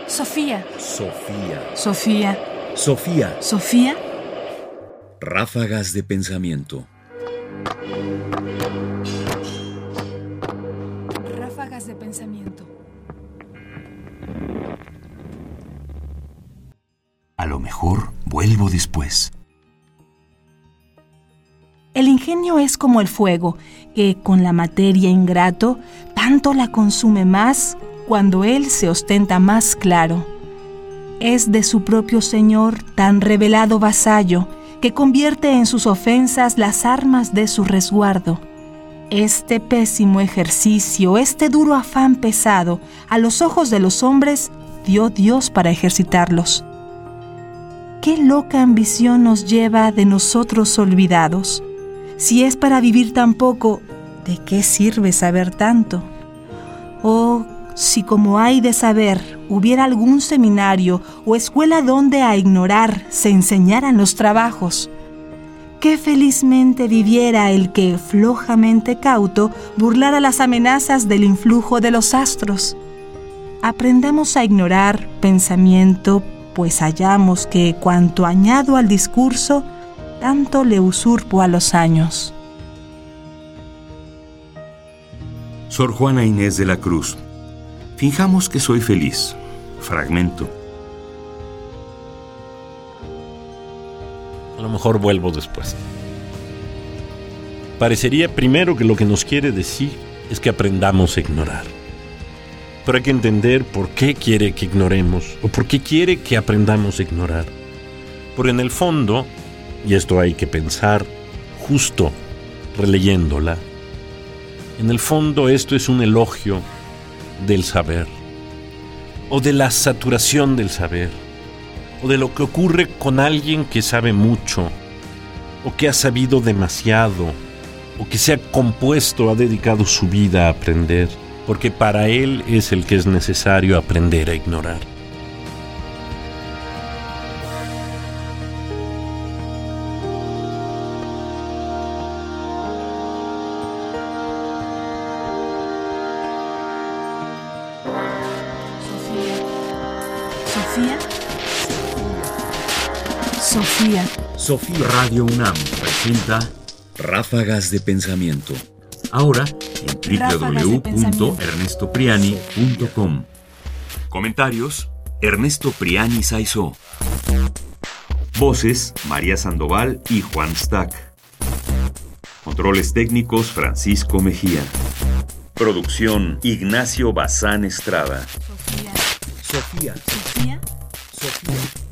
Sofía. Sofía. Sofía. Sofía. Sofía. Ráfagas de pensamiento. Ráfagas de pensamiento. A lo mejor vuelvo después. El ingenio es como el fuego, que con la materia ingrato tanto la consume más cuando él se ostenta más claro. Es de su propio señor tan revelado vasallo, que convierte en sus ofensas las armas de su resguardo. Este pésimo ejercicio, este duro afán pesado, a los ojos de los hombres dio Dios para ejercitarlos. ¿Qué loca ambición nos lleva de nosotros olvidados? Si es para vivir tan poco, ¿de qué sirve saber tanto? Oh, si como hay de saber, hubiera algún seminario o escuela donde a ignorar se enseñaran los trabajos. Qué felizmente viviera el que, flojamente cauto, burlara las amenazas del influjo de los astros. Aprendamos a ignorar pensamiento, pues hallamos que cuanto añado al discurso, tanto le usurpo a los años. Sor Juana Inés de la Cruz. Fijamos que soy feliz. Fragmento. A lo mejor vuelvo después. Parecería primero que lo que nos quiere decir es que aprendamos a ignorar. Pero hay que entender por qué quiere que ignoremos o por qué quiere que aprendamos a ignorar. Porque en el fondo, y esto hay que pensar justo releyéndola, en el fondo esto es un elogio del saber, o de la saturación del saber, o de lo que ocurre con alguien que sabe mucho, o que ha sabido demasiado, o que se ha compuesto, ha dedicado su vida a aprender, porque para él es el que es necesario aprender a ignorar. Sofía. Sofía. Sofía. Radio UNAM presenta Ráfagas de pensamiento. ahora en Ráfagas de pensamiento. www.ernestopriani.com. Comentarios: Ernesto Priani Saizó. Voces: María Sandoval y Juan Stack. Controles técnicos: Francisco Mejía. Producción: Ignacio Bazán Estrada. Sofía. Sofía. Sofía. Sofía.